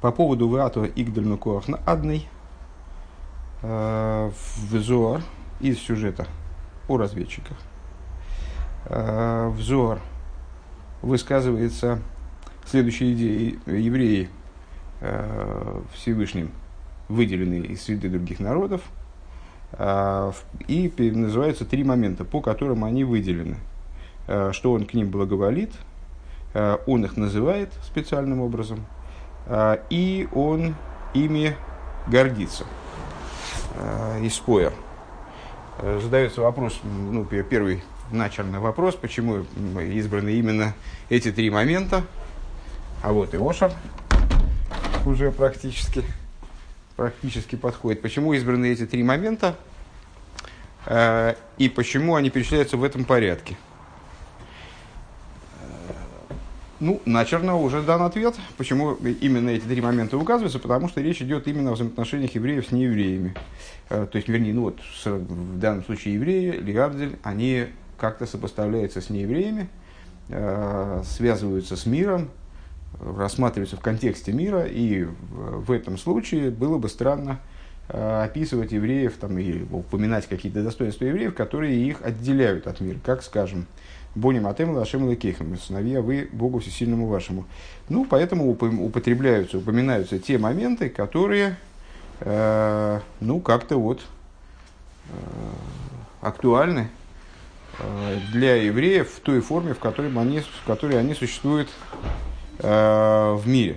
По поводу Ваато Игдальну Коахна Адный в Зоар из сюжета о разведчиках. В Зоар высказывается следующая идея. Евреи Всевышним выделены из среды других народов, и называются три момента, по которым они выделены. Что он к ним благоволит, он их называет специальным образом, и он ими гордится. Из поэр. Задается вопрос, первый начальный вопрос, почему избраны именно эти три момента, а вот и Ошар уже практически подходит. Почему избраны эти три момента и почему они перечисляются в этом порядке? Начерно уже дан ответ, почему именно эти три момента указываются, потому что речь идет именно о взаимоотношениях евреев с неевреями. То есть, в данном случае евреи, лиабдель, они как-то сопоставляются с неевреями, связываются с миром, рассматриваются в контексте мира, и в этом случае было бы странно описывать евреев и упоминать какие-то достоинства евреев, которые их отделяют от мира, как, скажем, «Боним атем лашем лекейхем», «Сыновья вы Богу всесильному вашему». Поэтому упоминаются те моменты, которые, как-то актуальны для евреев в той форме, в которой они существуют в мире.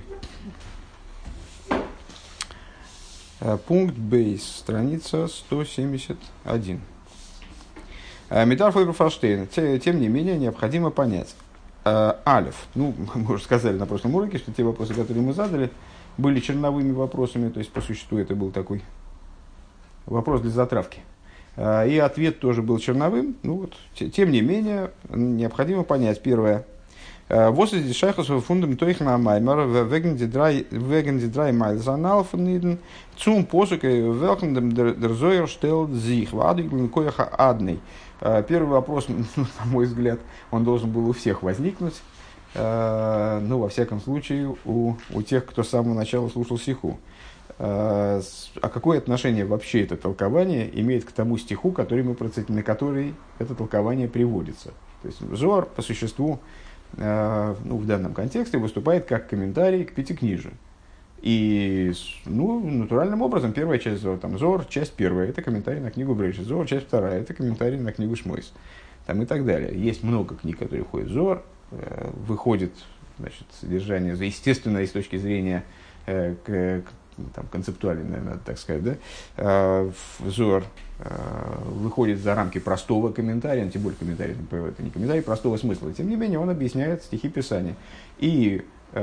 Пункт Бейс, страница 171. Метафор Фаштейн. Тем не менее, необходимо понять. Алеф. Мы уже сказали на прошлом уроке, что те вопросы, которые мы задали, были черновыми вопросами, то есть по существу это был такой вопрос для затравки. И ответ тоже был черновым. Тем не менее, необходимо понять. Первое. Was ist die Scheichus von Teuchner Maimer, wegen die drei Meilsanal von Niden, zum Posuk, welchen der Zoyer stellt sich, Wadigl Кояха Адный. Первый вопрос, на мой взгляд, он должен был у всех возникнуть, во всяком случае, у тех, кто с самого начала слушал сиху. А какое отношение вообще это толкование имеет к тому стиху, на который это толкование приводится? То есть Зоар, по существу, в данном контексте выступает как комментарий к Пятикнижию. И натуральным образом первая часть Зоар, часть первая, это комментарий на книгу Брешит, Зоар, часть вторая, это комментарий на книгу Шмойс, и так далее. Есть много книг, которые входят в Зоар, выходит содержание, естественно, и с точки зрения концептуальной, наверное, так сказать, Зоар выходит за рамки простого комментария, тем более комментарий, это не комментарий простого смысла, тем не менее он объясняет стихи Писания. И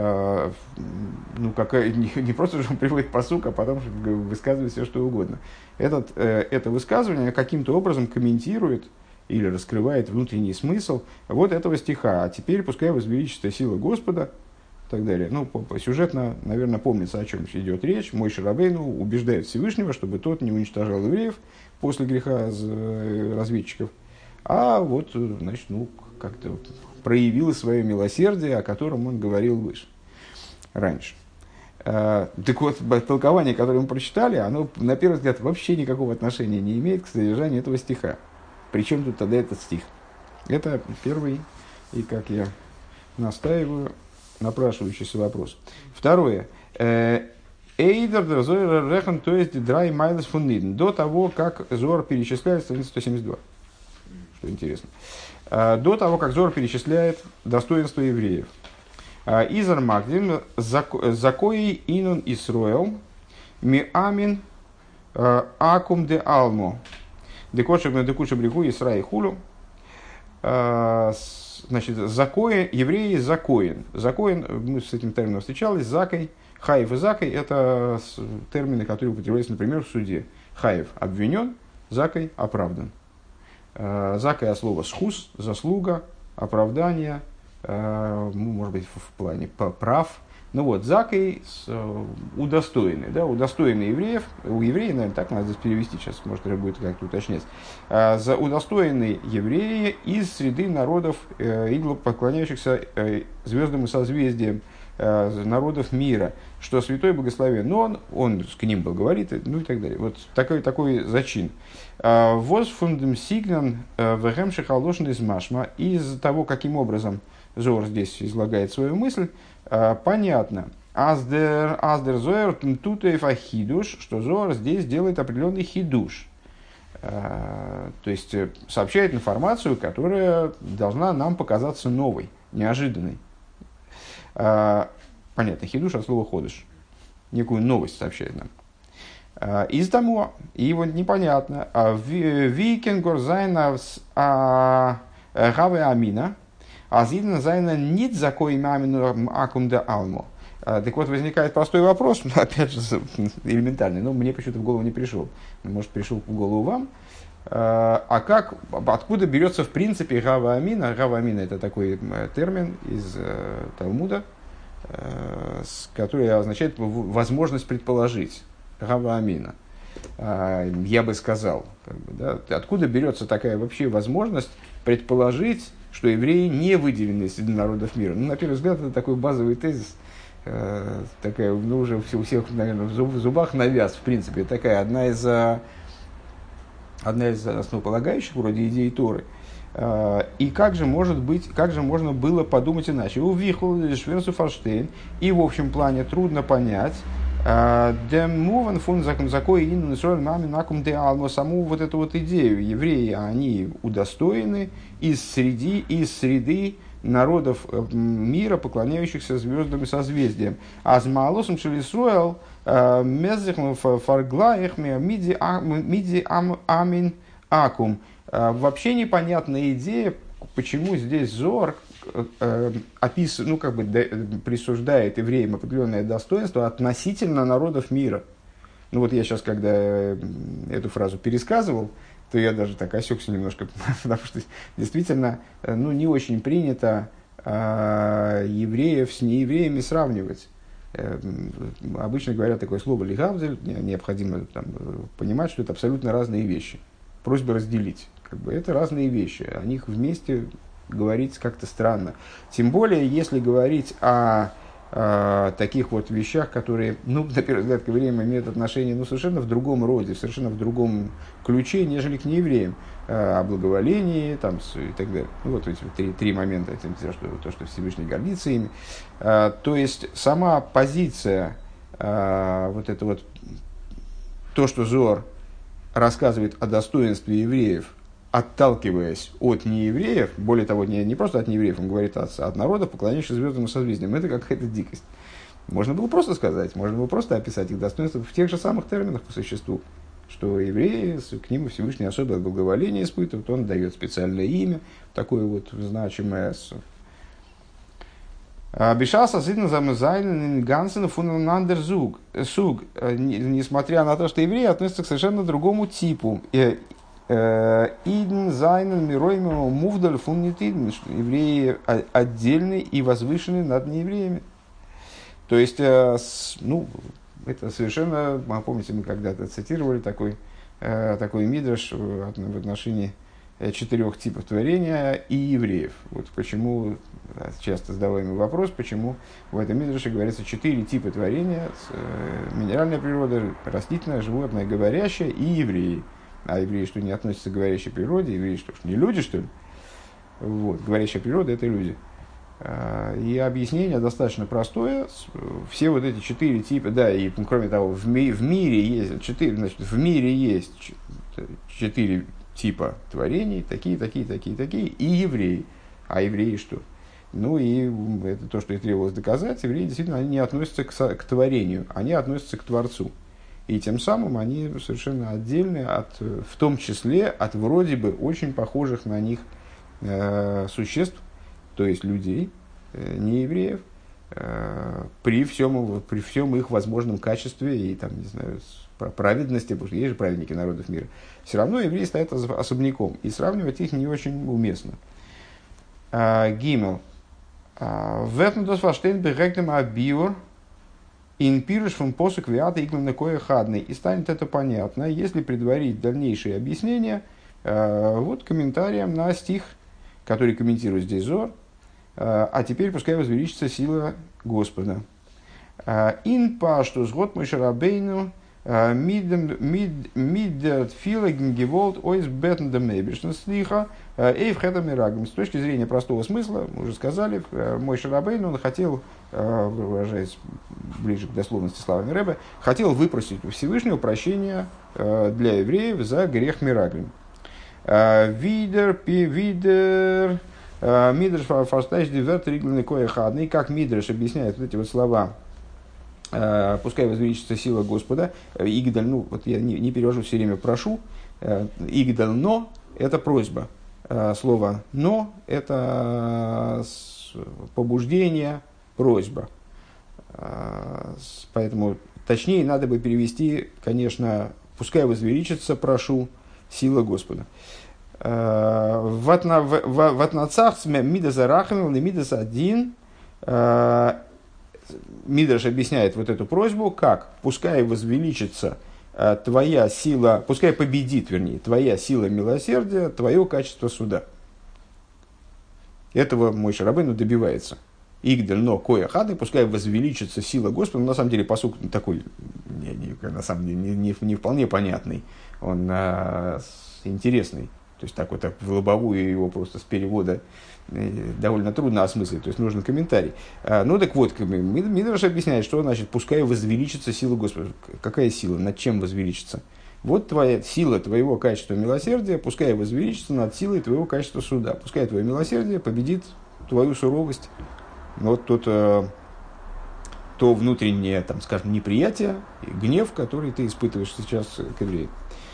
не просто же он приводит пасук, а потом высказывает все, что угодно. Это высказывание каким-то образом комментирует или раскрывает внутренний смысл этого стиха. А теперь пускай возвеличится сила Господа, и так далее. Сюжетно, наверное, помнится, о чем идет речь. Моше Рабейну убеждает Всевышнего, чтобы тот не уничтожал евреев после греха разведчиков, а как-то проявил свое милосердие, о котором он говорил выше, раньше. Толкование, которое мы прочитали, оно, на первый взгляд, вообще никакого отношения не имеет к содержанию этого стиха. Причем тут тогда этот стих? Это первый, и, как я настаиваю, напрашивающийся вопрос. Второе. Эйдер дер Зоэр рехен, то есть драй майлес фун ниден. До того, как Зоар перечисляет, страница 172. Что интересно. До того, как Зоар перечисляет достоинства евреев. Изар Магдим закои инун Исроэл ми амин акум де алмо декошек на декуше брегу Исра и хулю. Закои, евреи закоин. Закоин, мы с этим термином встречались, закой. Хаев и закой – это термины, которые употребляются, например, в суде. Хаев – обвинен, закой – оправдан. Закой от слова «схус» – заслуга, оправдание, может быть, в плане прав. Закой – удостоенный. Да, удостоенный евреев. У евреев, наверное, так надо перевести сейчас, может, это будет как-то уточнять. Удостоенный евреи из среды народов, идолопоклоняющихся звездам и созвездиям, народов мира, что святой благословен он к ним благоволит, ну и так далее. Вот такой зачин. Воз фундам сигнан вэгэм шихалошн из машма. Из того, каким образом Зоар здесь излагает свою мысль, понятно. Аздер Зоар тутеев ахидуш, что Зоар здесь делает определенный хидуш. То есть сообщает информацию, которая должна нам показаться новой, неожиданной. Понятно, хидуш от слова ходыш. Некую новость сообщает нам. Из того, и вот непонятно, викенгор зайнавс гаве амина, а зидна зайна нит закой мамину акунда алмо. Так вот, возникает простой вопрос, опять же, элементарный, но мне почему-то в голову не пришел. Может, пришел в голову вам. Откуда берется в принципе гава амина? Гава амина — это такой термин из Талмуда, который означает возможность предположить. Гава амина. Я бы сказал, да, откуда берется такая вообще возможность предположить, что евреи не выделены среди народов мира? Ну, на первый взгляд, это такой базовый тезис. Такая, ну, уже у всех, наверное, в зубах навяз, в принципе, такая одна из основополагающих вроде идей Торы. И как же можно было подумать иначе? У Вихл Шверсу Форштейн, и в общем плане трудно понять, демуван фун закой ин мами накум де алмо, саму вот эту вот идею. Евреи, они удостоены из среды народов мира, поклоняющихся звездам и созвездиям. А с Маалосом Шелисруэл меззихм фарглаих миди амин акум. Вообще непонятная идея, почему здесь Зоар присуждает евреям определенное достоинство относительно народов мира. Ну вот я сейчас, когда эту фразу пересказывал, то я даже так осекся немножко, потому что действительно не очень принято евреев с неевреями сравнивать. Обычно говорят такое слово «лигавзель», необходимо понимать, что это абсолютно разные вещи. Просьба разделить. Это разные вещи, о них вместе говорить как-то странно. Тем более, если говорить о таких вот вещах, которые, на первый взгляд, к евреям имеют отношение совершенно в другом роде, совершенно в другом ключе, нежели к неевреям. О благоволении и так далее. Вот эти три момента, то, что Всевышний гордится ими. То есть, сама позиция, то, что Зоар рассказывает о достоинстве евреев, отталкиваясь от неевреев, более того, не просто от неевреев, он говорит от народов, поклоняющихся звездам и созвездиям, это какая-то дикость. Можно было просто сказать, можно было просто описать их достоинства в тех же самых терминах по существу, что евреи, к ним Всевышний особое благоволение испытывают, он дает специальное имя, такое вот значимое. Бешаса сидна замызайлен гансен фуннандер суг, несмотря на то, что евреи относятся к совершенно другому типу. Иден зайнен мироймему мувдаль фуннитиден, евреи отдельны и возвышены над неевреями. То есть, это совершенно, помните, мы когда-то цитировали такой мидраш в отношении 4 типов творения и евреев. Вот почему, часто задаваемый вопрос, почему в этом мидраше говорится 4 типа творения: минеральная природа, растительная, животное, говорящее и евреи. А евреи, что не относятся к говорящей природе, евреи, что не люди, что ли? Вот, говорящая природа – это люди. И объяснение достаточно простое. Все вот эти 4 типа, да, и кроме того, в мире есть 4 типа творений, такие, и евреи. А евреи что? И это то, что и требовалось доказать. Евреи действительно они не относятся к творению, они относятся к Творцу. И тем самым они совершенно отдельны, в том числе от вроде бы очень похожих на них существ, то есть людей, не евреев, при всем их возможном качестве и праведности, потому что есть же праведники народов мира. Все равно евреи стоят особняком, и сравнивать их не очень уместно. Гимел. Вэтнудос фаштейн бегектем абиур ин пируш фун посук виата иглен кое хадный. И станет это понятно, если предварить дальнейшие объяснения комментарием на стих, который комментирует здесь Зоар. А теперь пускай возвеличится сила Господа. Ин паштус год Моше Рабейну мидер тфила генгеволт ойс бетн де мейбришн слиха эйв хэта мирагм. С точки зрения простого смысла, мы уже сказали, Моше Рабейну, он хотел, выражаясь ближе к дословности словами Ребе, хотел выпросить у Всевышнего прощения для евреев за грех мираглим. Видер Мидреш фастайш диверт риглины коехадный, как Мидреш объясняет вот эти вот слова, пускай возвеличится сила Господа, Игдаль, ну вот я не перевожу все время прошу, Игдаль но это просьба, слово но это побуждение, просьба, поэтому точнее надо бы перевести, конечно, пускай возвеличится, прошу, сила Господа. Ватнацах мидас арахамил и мидас один. Мидраш объясняет вот эту просьбу, как пускай возвеличится твоя сила, пускай победит, вернее, твоя сила милосердия, твое качество суда. Этого Моше Рабейну добивается. Игдель, но коя хады, пускай возвеличится сила Господа. На самом деле пасук такой, на самом деле не вполне понятный, он интересный. То есть так вот так в лобовую его просто с перевода довольно трудно осмыслить, то есть нужен комментарий. Ну так вот, Мидраш объясняет, что значит пускай возвеличится сила Господа. Какая сила? Над чем возвеличится? Вот твоя сила твоего качества милосердия, пускай возвеличится над силой твоего качества суда. Пускай твое милосердие победит твою суровость. Вот тут то внутреннее, там, скажем, неприятие, гнев, который ты испытываешь сейчас к евреям.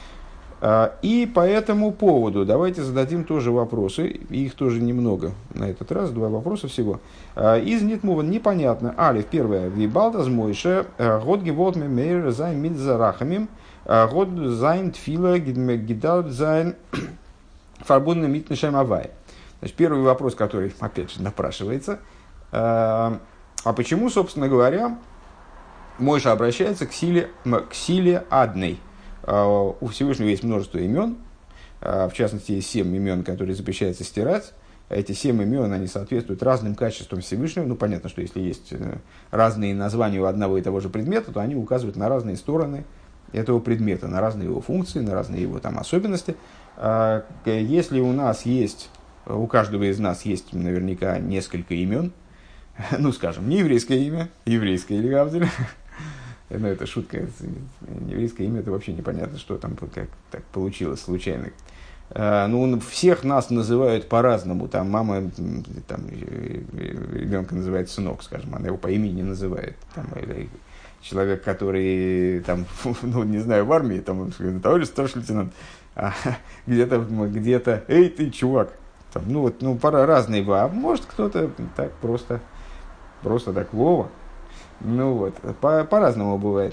И по этому поводу давайте зададим тоже вопросы, их тоже немного на этот раз, 2 вопроса всего. Из Нитмуван непонятно. Алиф, первое. Вибалдаз Мойше, год геволт мемейр зайн мид зарахамим, год зайн тфила гидал зайн фарбунна мит нишем авай. Значит, первый вопрос, который, опять же, напрашивается. А почему, собственно говоря, Мойше обращается к силе адной? У Всевышнего есть множество имен, в частности, есть 7 имен, которые запрещается стирать. Эти 7 имен, они соответствуют разным качествам Всевышнего. Ну, понятно, что если есть разные названия у одного и того же предмета, то они указывают на разные стороны этого предмета, на разные его функции, на разные его там особенности. Если у нас есть, у каждого из нас есть наверняка несколько имен, ну, скажем, не еврейское имя, еврейское или гавдель, ну, это шутка, еврейское имя, это вообще непонятно, что там, как так получилось случайно. Ну, всех нас называют по-разному. Там мама там, ребенка называет сынок, скажем, она его по имени не называет. Там, или человек, который, там, ну, не знаю, в армии, там, товарищ старший лейтенант, а где-то, эй, ты, чувак. Там, ну, вот, ну, пора разные, а может кто-то так просто так, Вова. Ну вот, по-разному бывает.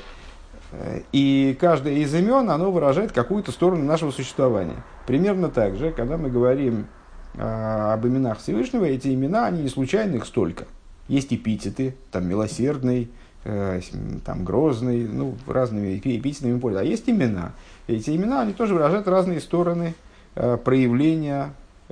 И каждое из имен, оно выражает какую-то сторону нашего существования. Примерно так же, когда мы говорим об именах Всевышнего, эти имена, они не случайны, их столько. Есть эпитеты, там, милосердный, там, грозный, ну, разными эпитетами пользуются. А есть имена. Эти имена, они тоже выражают разные стороны проявления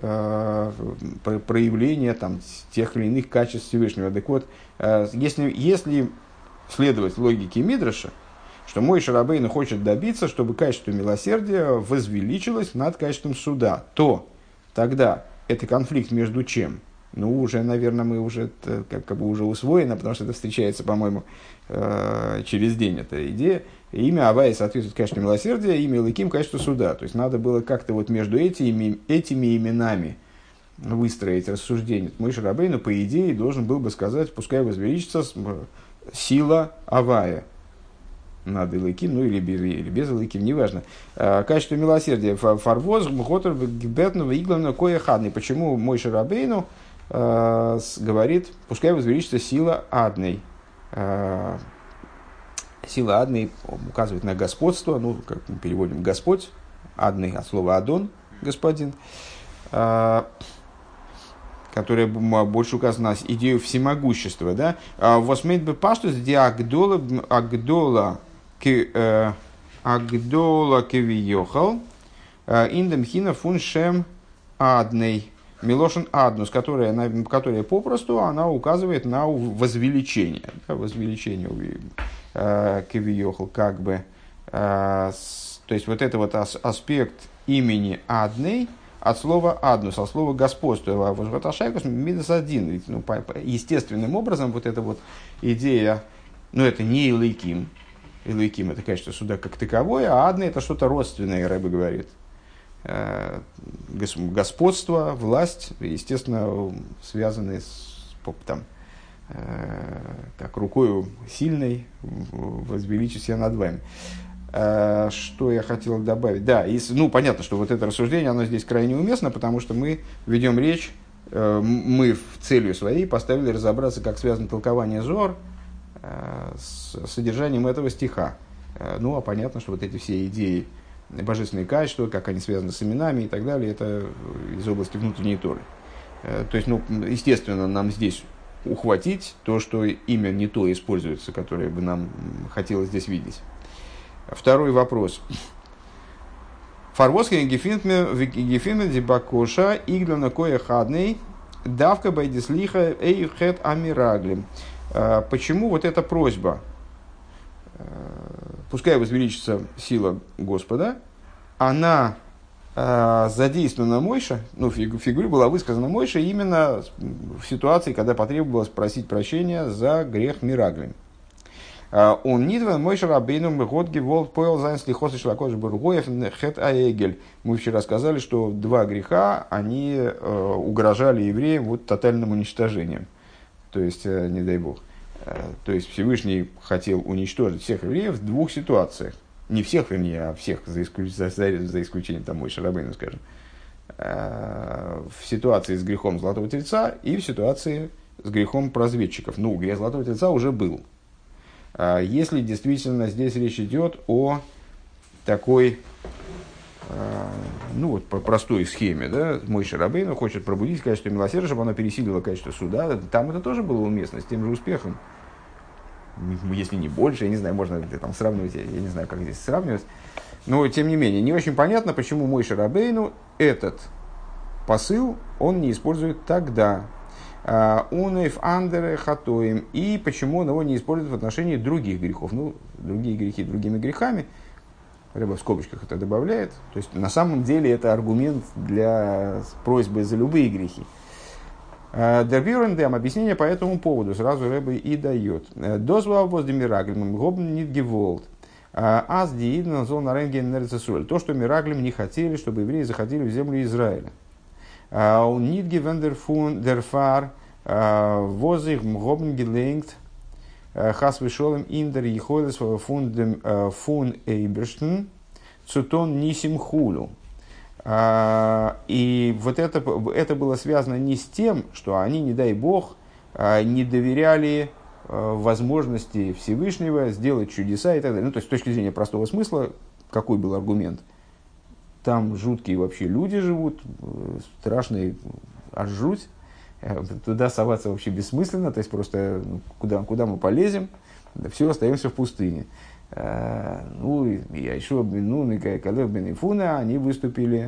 там, тех или иных качеств Всевышнего. Так вот, если следовать логике Мидраша, что Моше Рабейну хочет добиться, чтобы качество милосердия возвеличилось над качеством суда, то тогда это конфликт между чем? Ну, уже, наверное, мы уже как бы уже усвоено, потому что это встречается, по-моему, через день, эта идея. Имя Авай соответствует качеству милосердия, имя Элоким – качеству суда. То есть, надо было как-то вот между этими именами выстроить рассуждение. Моше Рабейну, по идее, должен был бы сказать, пускай возвеличится сила Авая над Элоким, ну или без Элоким, неважно. Качество милосердия. Фарвоз, Мхотер, Гбетнова, Иглана, Коя Хадный. Почему Моше Рабейну говорит, пускай возвеличится сила адной. Сила адной указывает на господство, ну, как мы переводим Господь, адный от слова Адон, господин, которая больше указана на идею всемогущества. Да? Восмейт бы паштус ди агдола кевиохал индем хина фун шем адной. Милошин аднус, которая попросту она указывает на возвеличение. Да, возвеличение кевиохл, как бы. То есть вот это вот аспект имени адный от слова аднус, от слова господство. Возвраташайкус минус один. Ведь, ну, естественным образом вот эта вот идея, ну это не Элейким. Элейким это, конечно, суда как таковое, а адный это что-то родственное, Рэбе говорит. Господство, власть, естественно, связаны с там, как рукою сильной возвеличить себя над вами. Что я хотел добавить? Да, ну, понятно, что вот это рассуждение, оно здесь крайне уместно, потому что мы ведем речь, мы в целью своей поставили разобраться, как связано толкование Зоар с содержанием этого стиха. Ну, а понятно, что вот эти все идеи, божественные качества, как они связаны с именами и так далее, это из области внутренней Торы. То есть, ну, естественно, нам здесь ухватить то, что имя не то используется, которое бы нам хотелось здесь видеть. Второй вопрос. Фарвосхен гефинме дебакоша игдана коя хадный давка байдислиха эйхет амираглим. Почему вот эта просьба? Пускай возвеличится сила Господа, она задействована Мойше, ну, в фигуре была высказана Мойше именно в ситуации, когда потребовалось просить прощения за грех Мираглим. Он нидвен Мойше Рабейну год геволт поел зайн слихос и шлакош бургоев хет аэгель. Мы вчера сказали, что два греха, они угрожали евреям вот тотальным уничтожением. То есть, не дай бог. То есть Всевышний хотел уничтожить всех евреев в двух ситуациях. Не всех, вернее, а всех, за исключением там Мойше Рабейну, скажем. В ситуации с грехом Золотого Тельца и в ситуации с грехом разведчиков. Ну, грех Золотого Тельца уже был. Если действительно здесь речь идет о такой, ну вот, по простой схеме, да, Мойше Рабейну хочет пробудить качество милосердия, чтобы оно пересилило качество суда, там это тоже было уместно, с тем же успехом. Если не больше, я не знаю, можно там сравнивать, я не знаю, как здесь сравнивать. Но, тем не менее, не очень понятно, почему Мойше Рабейну этот посыл он не использует тогда. Унэйф андере хатоим. И почему он его не использует в отношении других грехов. Ну, другие грехи другими грехами. Рыба в скобочках это добавляет. То есть, на самом деле, это аргумент для просьбы за любые грехи. Дербюрендем объяснение по этому поводу сразу Рыба и дает. Дозвал возле мираглем гобн нит геволт. Аз диидна зона ренген нерцесуэль. То, что мираглем не хотели, чтобы евреи заходили в землю Израиля. Он нит гевендер фун дерфар возих гобн геленgt хас вишолем индер ехолес фун эйберштен цутон нисим хулу. И вот это было связано не с тем, что они, не дай бог, не доверяли возможности Всевышнего сделать чудеса и так далее. Ну, то есть, с точки зрения простого смысла, какой был аргумент? Там жуткие вообще люди живут, страшные, аж жуть. Туда соваться вообще бессмысленно, то есть просто куда мы полезем, да все, остаемся в пустыне. Ну, и Айшуа бен Нун и Калев бен Ифуна, они выступили,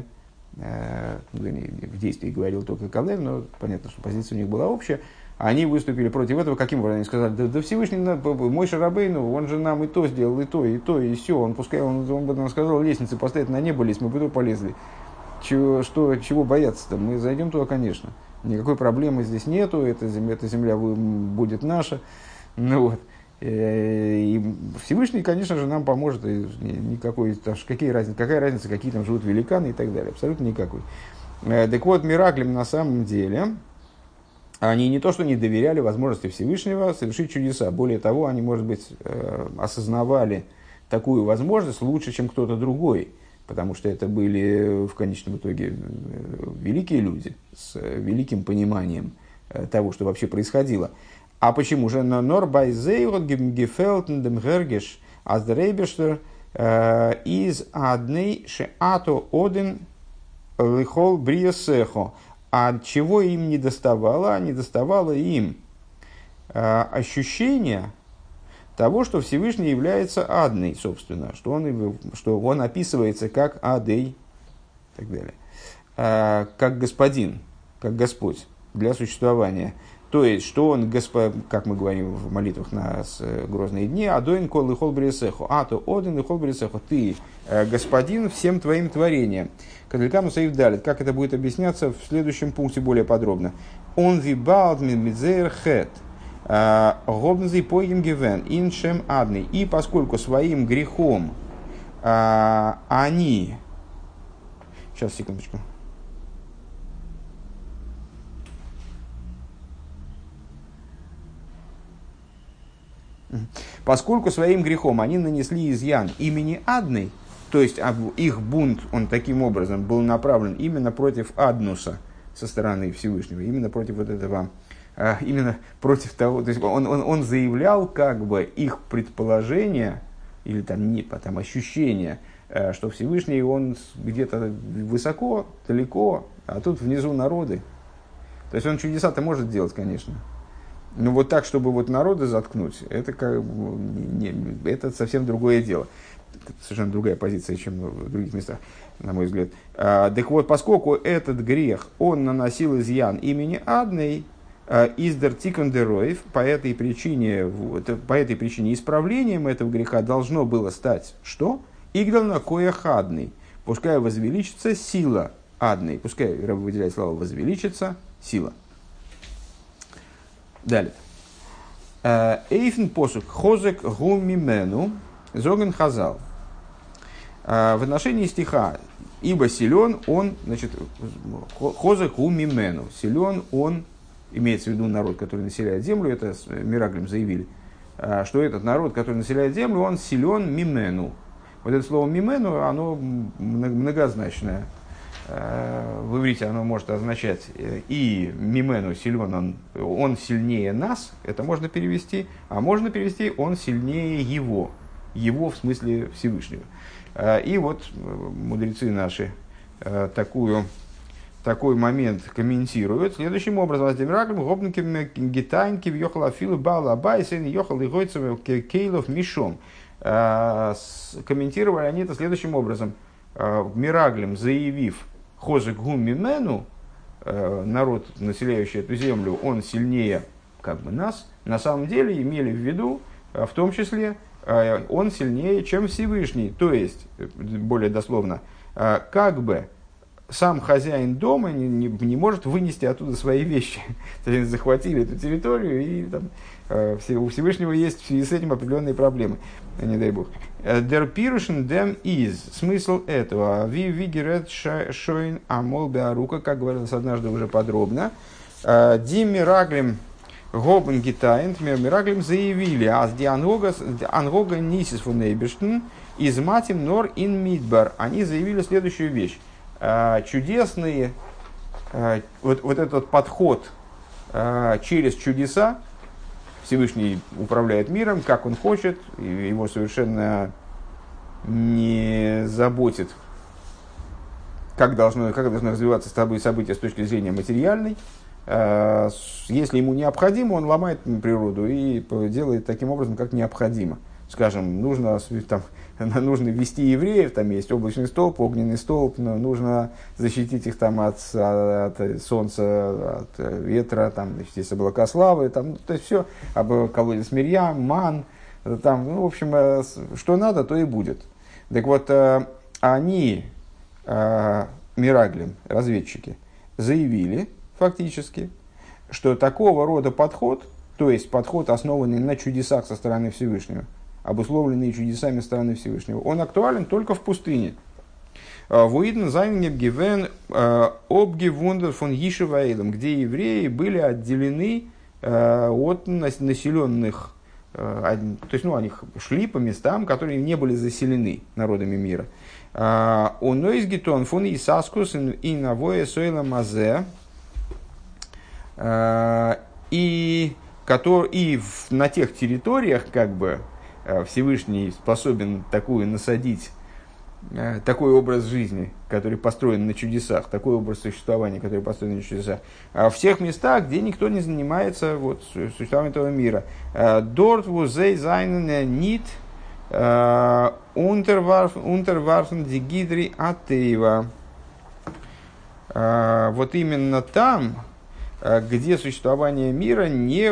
в действии говорил только Калев, но понятно, что позиция у них была общая. Они выступили против этого. Каким образом? Они сказали, да Всевышний, Мойше Рабейну, он же нам и то сделал, и то, и все. Он пускай, он бы нам сказал, лестницы поставить на небо, лезть, мы бы туда полезли. Чего бояться-то? Мы зайдем туда, конечно. Никакой проблемы здесь нету, эта земля будет наша. Ну, вот. И Всевышний, конечно же, нам поможет. Никакой, какая разница, какие там живут великаны и так далее. Абсолютно никакой. Так вот, мираклем на самом деле, они не то, что не доверяли возможности Всевышнего совершить чудеса. Более того, они, может быть, осознавали такую возможность лучше, чем кто-то другой. Потому что это были в конечном итоге великие люди с великим пониманием того, что вообще происходило. А почему же? Норбайзейрот гефелтен гергеш аздерейбештер из адней шеато оден лихол бриосехо. А чего им не доставало? Не доставало им ощущения того, что Всевышний является адной, собственно, что он описывается как адей и так далее, как господин. как Господь, для существования. То есть, что он, как мы говорим в молитвах на грозные дни, «Адоин кол и хол бресеху», «Ато один и хол бресеху», «Ты, Господин, всем твоим творением». Кадрикану Саиф Далит. Как это будет объясняться в следующем пункте более подробно. «Он вибалд мидзер хэт». Гобнзы поим гивен иншем адный. И поскольку своим грехом они... Сейчас, секундочку. Поскольку своим грехом они нанесли изъян имени Адной, то есть их бунт, он таким образом был направлен именно против Аднуса со стороны Всевышнего, именно против вот этого, именно против того, то есть он заявлял как бы их предположение или там ощущение, что Всевышний он где-то высоко, далеко, а тут внизу народы. То есть он чудеса-то может делать, конечно. Но вот так, чтобы вот народы заткнуть, это, это совсем другое дело. Это совершенно другая позиция, чем в других местах, на мой взгляд. Так вот, поскольку этот грех, он наносил изъян имени Адной, издер тикондероев, по этой причине исправлением этого греха должно было стать что? Игдална коях Адной. Пускай возвеличится сила Адной. Пускай выделяет слово возвеличится сила. Далее. Эйфен посук хозек гумимену зоген хазал. В отношении стиха «Ибо силен он», значит, хозек гумимену, силен он, имеется в виду народ, который населяет землю, это с Мираглем заявили, что этот народ, который населяет землю, он силен мимену. Вот это слово мимену, оно многозначное. В иврите оно может означать и мимену силен, он сильнее нас, это можно перевести, а можно перевести он сильнее его в смысле Всевышнего. И вот мудрецы наши такой момент комментируют следующим образом. Комментировали они это следующим образом. Мираглем заявив хозек гум мимену, народ, населяющий эту землю, он сильнее как бы нас, на самом деле имели в виду, в том числе, он сильнее, чем Всевышний. То есть, более дословно, как бы сам хозяин дома не может вынести оттуда свои вещи. То есть, они захватили эту территорию, и там, у Всевышнего есть в связи с этим определенные проблемы. Не дай бог. Der Piruschen dem is. Смысл этого. Ви вигерет шоин амол беарука, как говорилось однажды уже подробно. Ди мираглем гобен гитайнт, мираглем заявили, аз ди ангога нисис фун эйбештен, из матим нор ин мидбар. Они заявили следующую вещь. Чудесные, вот этот подход через чудеса, Всевышний управляет миром, как он хочет, и его совершенно не заботит, как должно развиваться события с точки зрения материальной. Если ему необходимо, он ломает природу и делает таким образом, как необходимо. Скажем, нужно ввести евреев, там есть облачный столб, огненный столб, нужно защитить их там от солнца, от ветра, там, есть облака славы, там, то есть все, колодец Мирьям, ман, там, в общем, что надо, то и будет. Так вот, они, Мираглем, разведчики, заявили фактически, что такого рода подход, то есть подход, основанный на чудесах со стороны Всевышнего, обусловленные чудесами стороны Всевышнего, он актуален только в пустыне. Вуиден зайнгеб гивен обгевундер фон Йишеваилом, где евреи были отделены от населенных, то есть, они шли по местам, которые не были заселены народами мира. Онойсгитон фон Исаскус и навоя сойла мазе, и на тех территориях, как бы, Всевышний способен насадить такой образ жизни, который построен на чудесах, такой образ существования, который построен на чудесах, в тех местах, где никто не занимается существованием этого мира. Dort wo sie seinen nicht unterwarfen die Gidri Ateiva. вот именно там, где существование мира не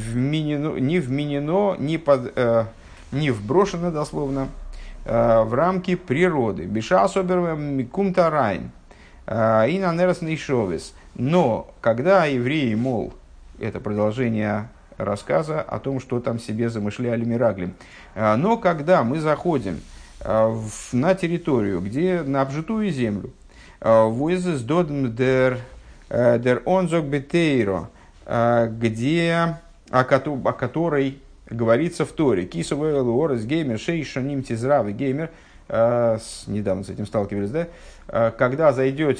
вброшено дословно в рамки природы. Биша особенно микумта райн. И на нерсный шовес. Но когда евреи, мол, это продолжение рассказа о том, что там себе замышляли мираглим. Но когда мы заходим на территорию, где на обжитую землю, «Войзес додм дер онзок бетейро», где, о которой говорится в Торе, «Кисовой луорес геймер шейшоним тизравы геймер», недавно с этим сталкивались, да? Когда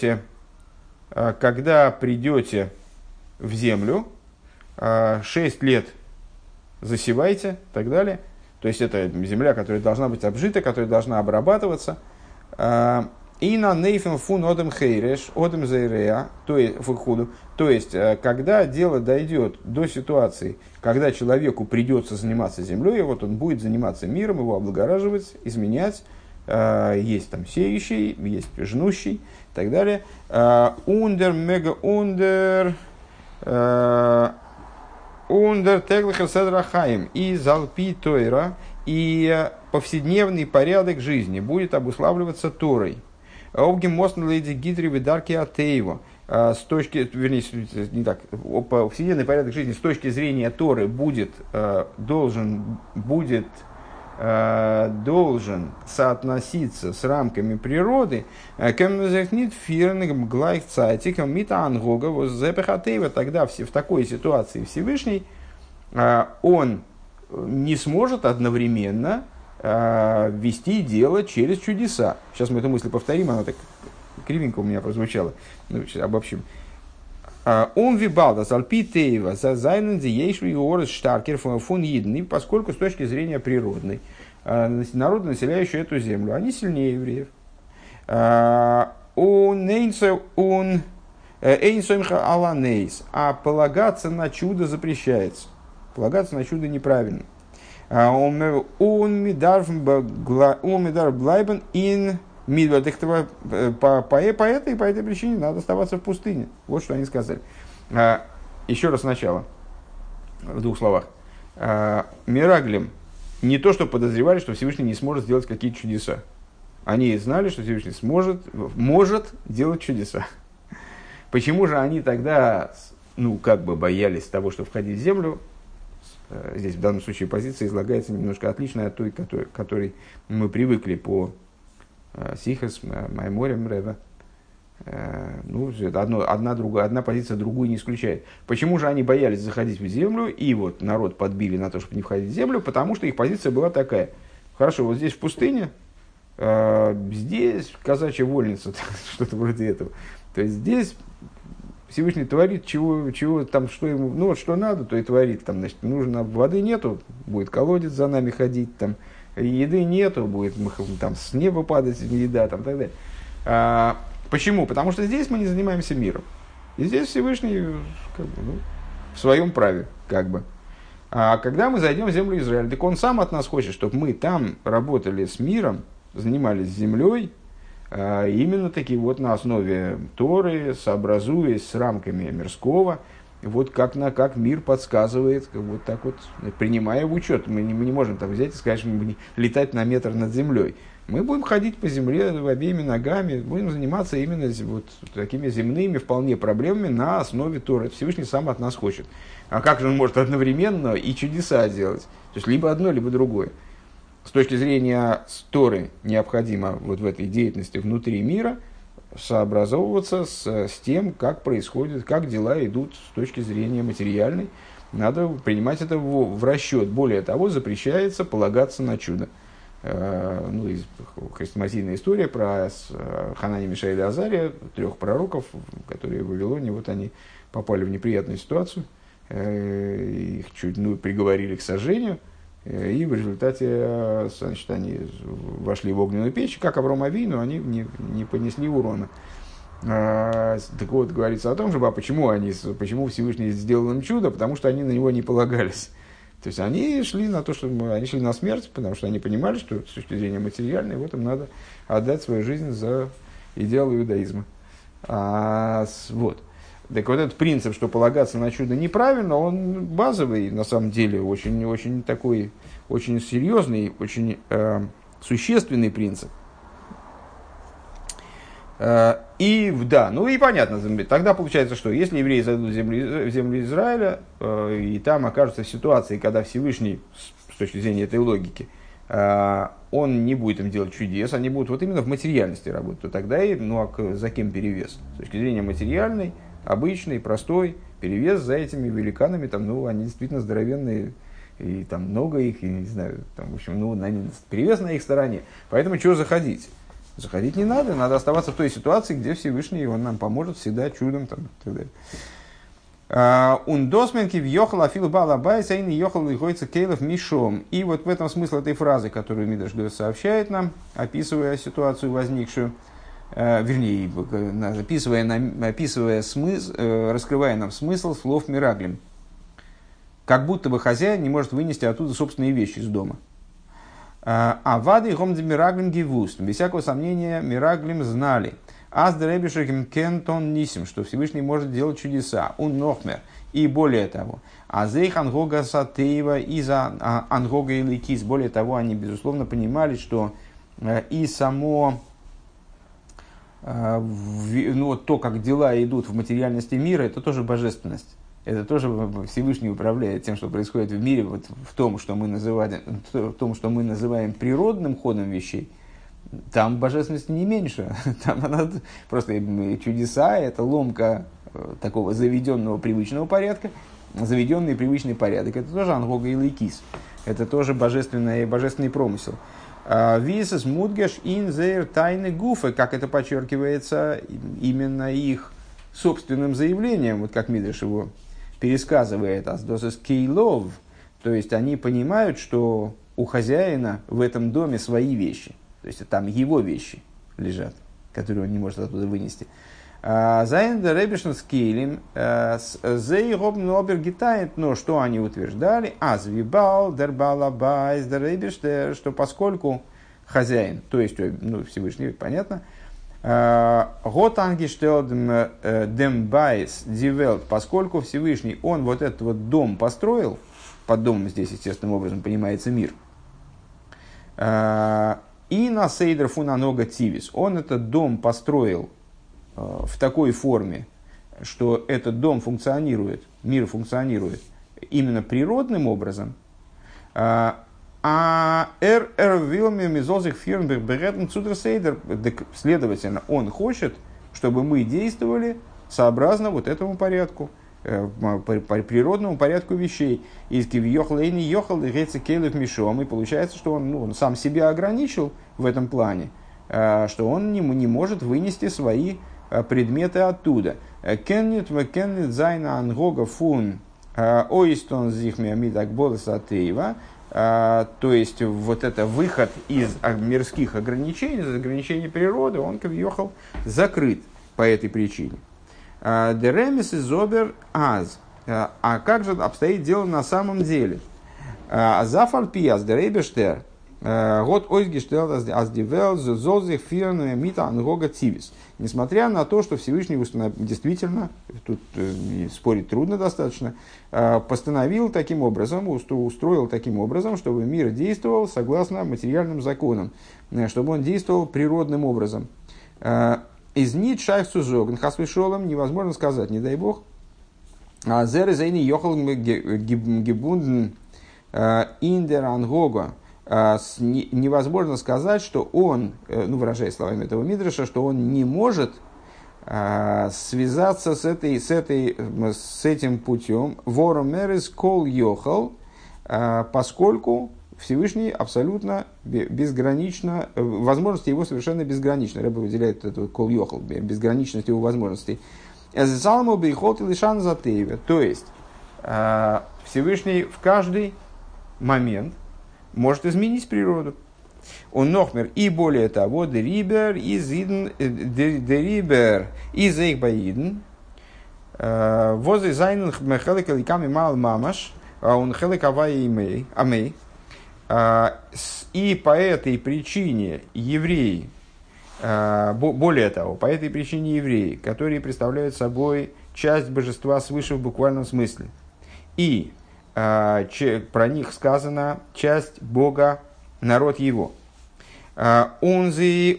придете в землю, 6 лет засевайте, и так далее. То есть, это земля, которая должна быть обжита, которая должна обрабатываться. И на нейфен фун одем хейреш, одем зейрея, то есть, когда дело дойдет до ситуации, когда человеку придется заниматься землей, вот он будет заниматься миром, его облагораживать, изменять, есть там сеющий, есть жнущий, и так далее. Ундер, мега ундер, ундер теглахер седрахаим, и залпи тойра, и повседневный порядок жизни будет обуславливаться Торой. Обгим мостн леди гидри видарки атеева. С точки, вернее, не так, повседневный порядок жизни с точки зрения Торы должен соотноситься с рамками природы, тогда в такой ситуации Всевышний он не сможет одновременно вести дело через чудеса. Сейчас мы эту мысль повторим, она так кривенько у меня прозвучала. Ну, обобщим. Он вибалда сальпитеева за зайнен диешви орес штаркер фун иден. И поскольку с точки зрения природной народы, населяющие эту землю, они сильнее евреев. А полагаться на чудо запрещается. Полагаться на чудо неправильно. Он мидар блайбен ин мидва. По этой причине надо оставаться в пустыне. Вот что они сказали. Еще раз сначала, в 2 словах. Мираглим не то, что подозревали, что Всевышний не сможет сделать какие-то чудеса. Они знали, что Всевышний может делать чудеса. Почему же они тогда, боялись того, что входить в землю? Здесь в данном случае позиция излагается немножко отличная от той, которой мы привыкли по Сихас, Майморем, Рева. Одна позиция другую не исключает. Почему же они боялись заходить в землю, и вот народ подбили на то, чтобы не входить в землю? Потому что их позиция была такая. Хорошо, вот здесь в пустыне, здесь казачья вольница, что-то вроде этого. То есть здесь Всевышний творит, чего там, что ему, что надо, то и творит. Там, значит, нужно, воды нету, будет колодец за нами ходить, там, еды нету, будет там, с неба падать еда, там, так далее. Почему? Потому что здесь мы не занимаемся миром. И здесь Всевышний в своем праве, А когда мы зайдем в землю Израиля, так он сам от нас хочет, чтобы мы там работали с миром, занимались землей, именно таки вот на основе Торы, сообразуясь с рамками мирского, вот как мир подсказывает, вот так вот, принимая в учет. Мы не можем там взять и сказать, что мы будем летать на метр над землей. Мы будем ходить по земле обеими ногами, будем заниматься именно вот такими земными вполне проблемами на основе Торы. Всевышний сам от нас хочет. А как же он может одновременно и чудеса делать? То есть, либо одно, либо другое. С точки зрения Торы необходимо вот в этой деятельности внутри мира сообразовываться с тем, как происходит, как дела идут с точки зрения материальной. Надо принимать это в расчет. Более того, запрещается полагаться на чудо. Хрестоматийная история про Ханани, Мишаэля и Азария, 3 пророков, которые в Вавилоне, вот они попали в неприятную ситуацию, их чуть приговорили к сожжению, и в результате, значит, они вошли в огненную печь, как Авраам Авину, они не понесли урона. Так вот, говорится о том, что почему Всевышний сделал им чудо, потому что они на него не полагались. То есть они шли на то, что они шли на смерть, потому что они понимали, что с точки зрения материальной, вот им надо отдать свою жизнь за идеал иудаизма. Вот. Так вот этот принцип, что полагаться на чудо неправильно, он базовый, на самом деле, очень, очень такой, очень серьезный, очень существенный принцип. И да, ну и понятно, тогда получается, что если евреи зайдут в землю Израиля, и там окажутся в ситуации, когда Всевышний, с точки зрения этой логики, он не будет им делать чудес, они будут вот именно в материальности работать, то тогда и, ну, а за кем перевес? С точки зрения материальной, обычный, простой, перевес за этими великанами, там, ну, они действительно здоровенные, и там много их, и не знаю, там, в общем, ну, перевес на их стороне. Поэтому чего заходить? Заходить не надо, надо оставаться в той ситуации, где Всевышний, он нам поможет всегда чудом, там, и так далее. Ундосменки въехал афил балабайс, а въехал лихойца кейлов мишом. И вот в этом смысл этой фразы, которую Мидраш сообщает нам, описывая ситуацию возникшую, вернее, описывая смысл, раскрывая нам смысл слов мираглим. Как будто бы хозяин не может вынести оттуда собственные вещи из дома. А вады гомди мираглим гивуст. Без всякого сомнения, мираглим знали. Аз дребишеким кентон нисим, что Всевышний может делать чудеса. Он нохмер. И более того, азейх ангога сатеева из-за ангога и ликис. Более того, они, безусловно, понимали, что и само ну, то, как дела идут в материальности мира, это тоже божественность. Это тоже Всевышний управляет тем, что происходит в мире, вот в том, что мы называем природным ходом вещей. Там божественности не меньше. Там она просто чудеса, это ломка такого заведенного привычного порядка, заведенный привычный порядок. Это тоже ангога и лейкис. Это тоже божественный промысел. Висес мудгеш ин зейр тайны гуфы, как это подчеркивается именно их собственным заявлением, вот как Мидраш его пересказывает, аздосес кейлов, то есть они понимают, что у хозяина в этом доме свои вещи, то есть там его вещи лежат, которые он не может оттуда вынести. Зайнда ребешн скейлем зейгобн обергитает, но что они утверждали? Азвибал дербалабайс деребештер, что поскольку хозяин, то есть ну, Всевышний, понятно, гот ангештелд дембайс дивелт, поскольку Всевышний, он вот этот вот дом построил, под домом здесь естественным образом понимается мир, и на сейдер фунанога тивис, он этот дом построил в такой форме, что этот дом функционирует, мир функционирует именно природным образом, следовательно, он хочет, чтобы мы действовали сообразно вот этому порядку, по природному порядку вещей. И получается, что он сам себя ограничил в этом плане, что он не может вынести свои предметы оттуда. То есть, вот это выход из мирских ограничений, из ограничений природы, он кавьехал закрыт по этой причине. Деремис из обер аз. А как же обстоит дело на самом деле? Зафар пиас дерейбештер. Вот ойсгештел аз дивел зозих фирну мита ангога тивис. Несмотря на то, что Всевышний действительно, тут спорить трудно достаточно, постановил таким образом, устроил таким образом, чтобы мир действовал согласно материальным законам, чтобы он действовал природным образом. Из нит шайх сузогн хасвишолом невозможно сказать, не дай бог. Зер зейни йохал гебунден индер ангога. Невозможно сказать, что он, ну, выражая словами этого Мидраша, что он не может связаться с этим путем, воромерис кол йохал, поскольку Всевышний абсолютно безгранично, возможности его совершенно безграничны. Рэбе выделяет эту кол йохал, безграничность его возможностей. То есть, Всевышний в каждый момент может изменить природу. Он нохмер, и более того, дерибер из эйхбаиден, возле зайнах мехелек ликами мал мамаш, а он хелек авай амей. И по этой причине евреи Более того, по этой причине евреи, которые представляют собой часть божества свыше в буквальном смысле, и про них сказано часть Бога, народ его. Они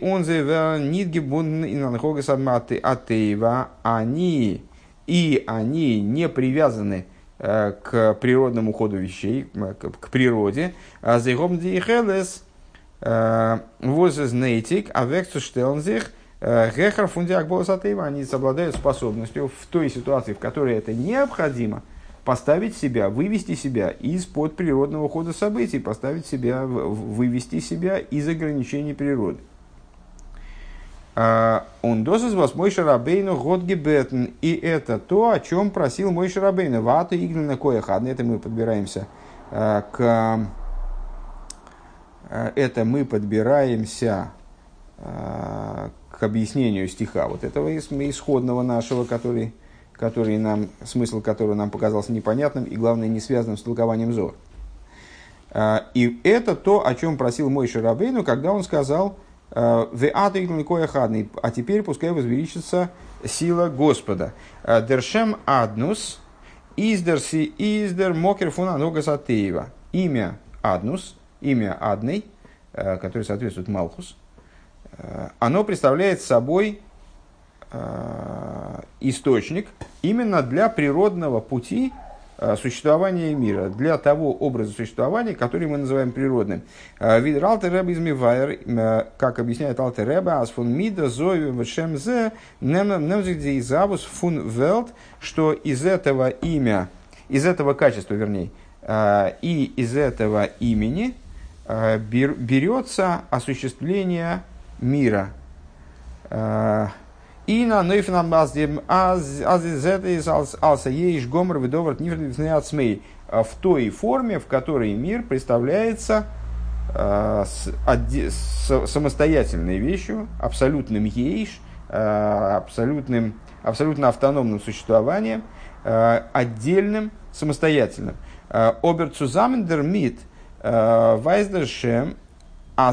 не привязаны к природному ходу вещей, к природе. Они обладают способностью в той ситуации, в которой это необходимо, поставить себя, вывести себя из-под природного хода событий, вывести себя из ограничений природы. Он досыз вас Мойше Рабейну год гебетен. И это то, о чем просил Мойше Рабейну. Вату иглина кояхадна. Это мы подбираемся к объяснению стиха вот этого исходного нашего, который нам, смысл которого нам показался непонятным и, главное, не связанным с толкованием Зор. И это то, о чем просил Мойше Рабейну, когда он сказал: а теперь пускай возвеличится сила Господа. Дершем Аднус, издер мокер фуна ногас атеева. Имя Аднус, имя Адный, который соответствует Малхус, оно представляет собой источник именно для природного пути существования мира, для того образа существования, который мы называем природным. Видер Алтер Ребе измивайер, как объясняет Алтер Ребе, ас фун мида зови вешем зе немзигде изавус фун велт, что из этого качества, и из этого имени берется осуществление мира. И на нейфнам азизетис гомер выдоврат нифрнецмей, в той форме, в которой мир представляется самостоятельной вещью, абсолютным ейш, абсолютно автономным существованием, отдельным, самостоятельным. Оберцузамендер мит вайздершем. Но,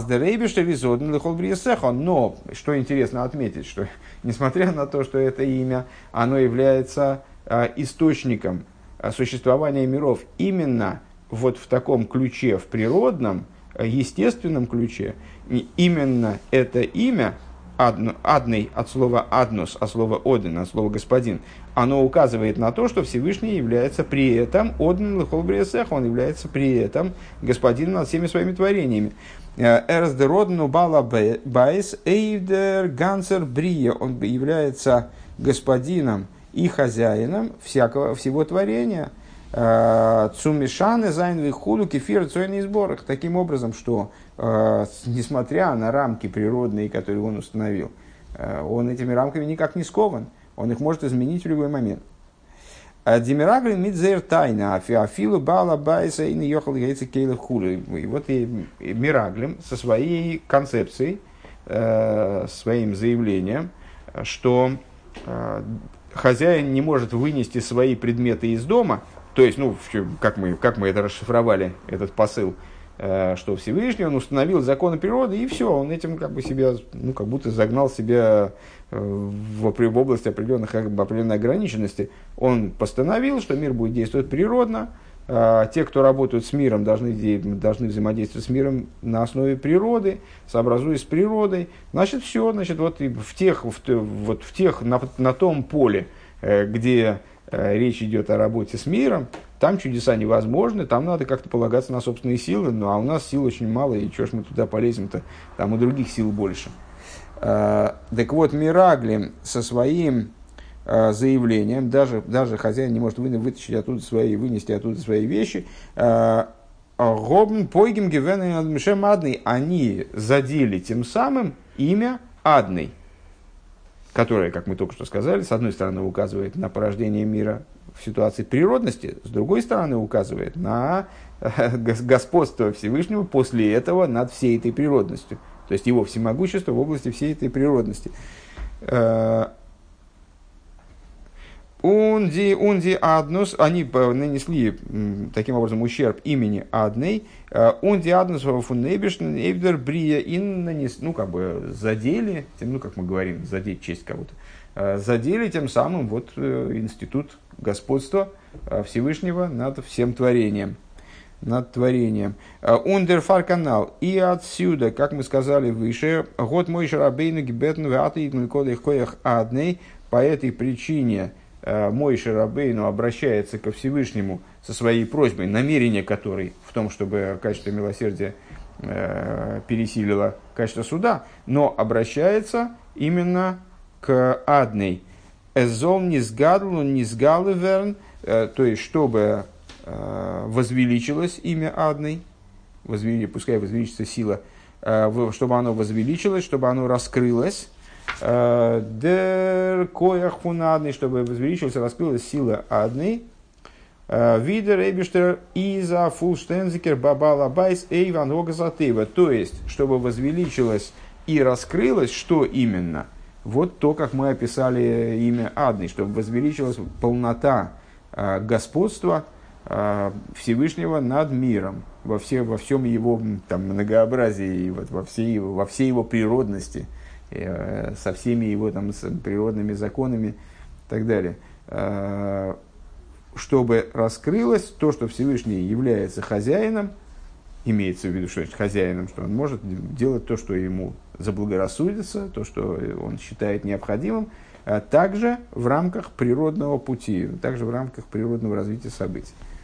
что интересно отметить, что несмотря на то, что это имя, оно является источником существования миров именно вот в таком ключе, в природном, естественном ключе, именно это имя, адный от слова аднус, от слова один, от слова господин, оно указывает на то, что Всевышний является при этом один лехол бриесех, он является при этом господином над всеми своими творениями. Эрсдеродну бала байс эйвдер гансер брия, он является господином и хозяином всего творения. Цумишаны зайн худу кефир цойный сборах. Таким образом, что несмотря на рамки природные, которые он установил, он этими рамками никак не скован. Он их может изменить в любой момент. Демираглин мидзер тайна, афилу бала байса и не ехал яйца кейлов хули. И вот и Мираглим со своей концепцией, своим заявлением, что хозяин не может вынести свои предметы из дома, то есть, как мы это расшифровали, этот посыл, что Всевышний, он установил законы природы, и все, он этим себя, как будто загнал себя в область определенной ограниченности. Он постановил, что мир будет действовать природно, те, кто работают с миром, должны взаимодействовать с миром на основе природы, сообразуясь с природой. Значит, все, на том поле, где речь идет о работе с миром, там чудеса невозможны, там надо как-то полагаться на собственные силы, а у нас сил очень мало, и чего ж мы туда полезем-то, там у других сил больше. Так вот, Мираглим со своим заявлением, даже хозяин не может вынести оттуда свои вещи, они задели тем самым имя Адный, которое, как мы только что сказали, с одной стороны указывает на порождение мира в ситуации природности, с другой стороны указывает на господство Всевышнего после этого над всей этой природностью, то есть его всемогущество в области всей этой природности. Унди Аднус, они нанесли таким образом ущерб имени Адной. Унди Аднус фуннебишн эйвдер брия ин нанес, ну как бы задели, ну как мы говорим, задеть честь кого-то, задели тем самым вот институт господства Всевышнего над всем творением. Над творением. Ундерфар канал. И отсюда, как мы сказали выше, год мой шарабейну гибетну ваты и коях адней. По этой причине Мойше Рабейну обращается ко Всевышнему со своей просьбой, намерение которой в том, чтобы качество милосердия пересилило качество суда, но обращается именно к Адней. Эзол низгадлу низгалеверн, то есть чтобы возвеличилось имя Адной, пускай возвеличится сила, чтобы оно возвеличилось, чтобы оно раскрылось. Дер коях фунадный, чтобы возвеличился, раскрылась сила Адной. Видер эбиштер иза фулштензикер бабала байс эйван огазатева. То есть, чтобы возвеличилось и раскрылось, что именно? Вот то, как мы описали имя Адной, чтобы возвеличилась полнота господства Всевышнего над миром, во всем его там, многообразии, вот, во всей его природности, со всеми его там, природными законами и так далее, чтобы раскрылось то, что Всевышний является хозяином, имеется в виду, что хозяином, что он может делать то, что ему заблагорассудится, то, что он считает необходимым, также в рамках природного пути, также в рамках природного развития событий.